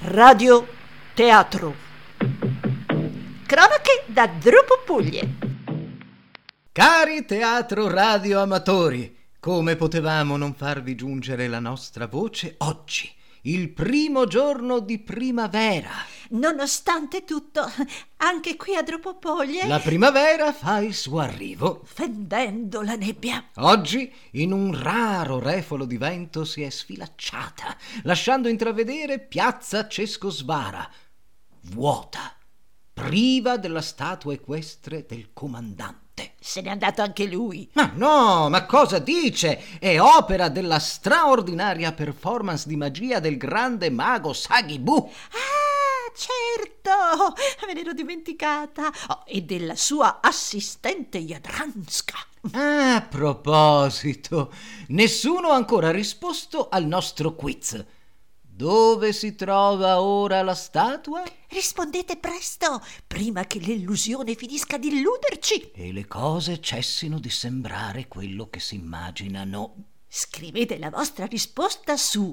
Radio Teatro. Cronache da Dropopuglie. Cari teatro radio amatori, come potevamo non farvi giungere la nostra voce oggi, il primo giorno di primavera? Nonostante tutto, anche qui a Dropopuglie, La primavera fa il suo arrivo. fendendo la nebbia. Oggi, in un raro refolo di vento, si è sfilacciata, lasciando intravedere piazza Cescosvara, vuota, priva della statua equestre del comandante. Se n'è andato anche lui. Ma no, ma cosa dice? È opera della straordinaria performance di magia del grande mago Sagibu. Ah, certo, me l'ero dimenticata. Oh, e della sua assistente Jadranska. A proposito, nessuno ha ancora risposto al nostro quiz. Dove si trova ora la statua? Rispondete presto, prima che l'illusione finisca di illuderci. E le cose cessino di sembrare quello che si immaginano. Scrivete la vostra risposta su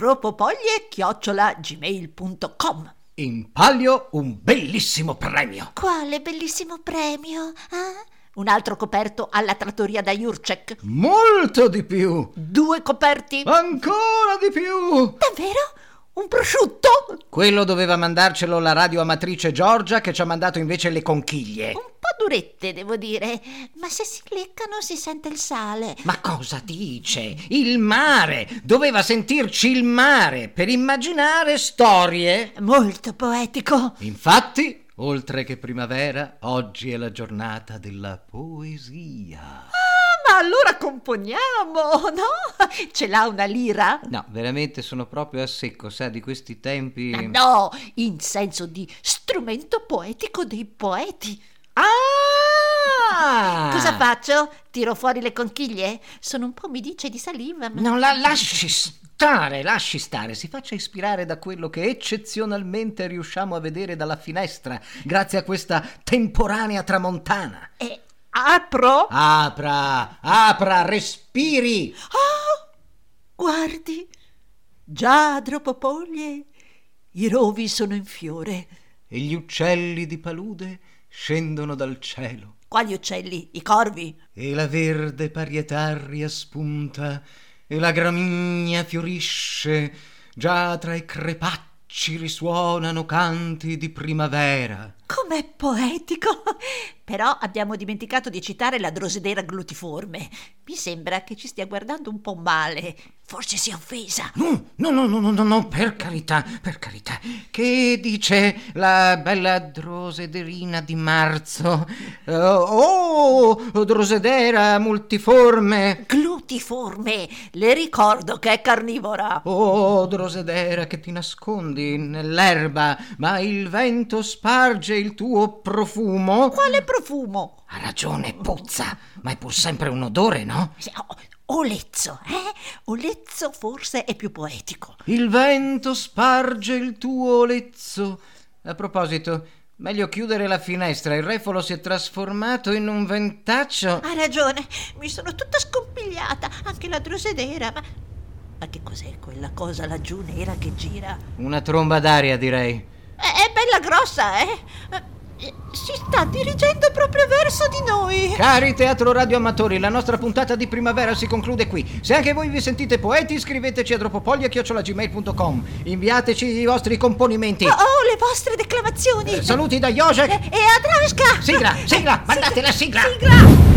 dropopoglie@gmail.com. In palio un bellissimo premio. Quale bellissimo premio, eh? Un altro coperto alla trattoria da Jurček. Molto di più. 2 coperti. Ancora di più. Davvero? Un prosciutto? Quello doveva mandarcelo la radioamatrice Giorgia, che ci ha mandato invece le conchiglie. Un po' durette, devo dire, ma se si leccano si sente il sale. Ma cosa dice? Il mare! Doveva sentirci il mare per immaginare storie. Molto poetico. Infatti, oltre che primavera, oggi è la giornata della poesia. Ma allora componiamo, no? Ce l'ha una lira? No, veramente sono proprio a secco, sa, di questi tempi. Ma no, in senso di strumento poetico dei poeti. Ah! Cosa faccio? Tiro fuori le conchiglie? Sono un po' mi dice di saliva, ma... Non lasci stare, si faccia ispirare da quello che eccezionalmente riusciamo a vedere dalla finestra, grazie a questa temporanea tramontana. E apro? Apra, respiri! Oh, guardi, già a Dropopoglie i rovi sono in fiore. E gli uccelli di palude scendono dal cielo. Quali uccelli? I corvi? E la verde parietaria spunta, e la gramigna fiorisce, già tra i crepacci risuonano canti di primavera. Com'è poetico! Però abbiamo dimenticato di citare la drosedera glutiforme. Mi sembra che ci stia guardando un po' male. Forse si è offesa. No, per carità. Che dice la bella drosederina di marzo? Drosedera multiforme. Glutiforme! Le ricordo che è carnivora. Oh, drosedera che ti nascondi nell'erba, ma il vento sparge il tuo profumo. Quale profumo? Ha ragione, puzza, ma è pur sempre un odore, no? Sì, olezzo, eh? Olezzo forse è più poetico. Il vento sparge il tuo olezzo. A proposito, meglio chiudere la finestra, il refolo si è trasformato in un ventaccio. Ha ragione, mi sono tutta scompigliata, anche la drosedera, ma che cos'è quella cosa laggiù nera che gira? Una tromba d'aria, direi. È bella grossa, eh? Si sta dirigendo proprio verso di noi. Cari teatro radioamatori, la nostra puntata di primavera si conclude qui. Se anche voi vi sentite poeti, scriveteci a dropopoglie@gmail.com. Inviateci i vostri componimenti. Oh, le vostre declamazioni. Saluti da Jozek E a Draška. Sigla, mandate la sigla. Sigla.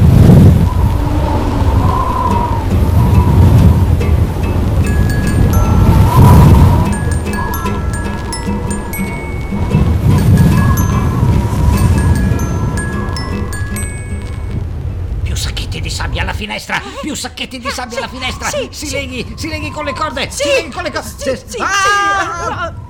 Di sabbia alla finestra, più sacchetti di sabbia alla finestra. Sì, Si leghi con le corde. Sì, Si leghi con le corde. sì.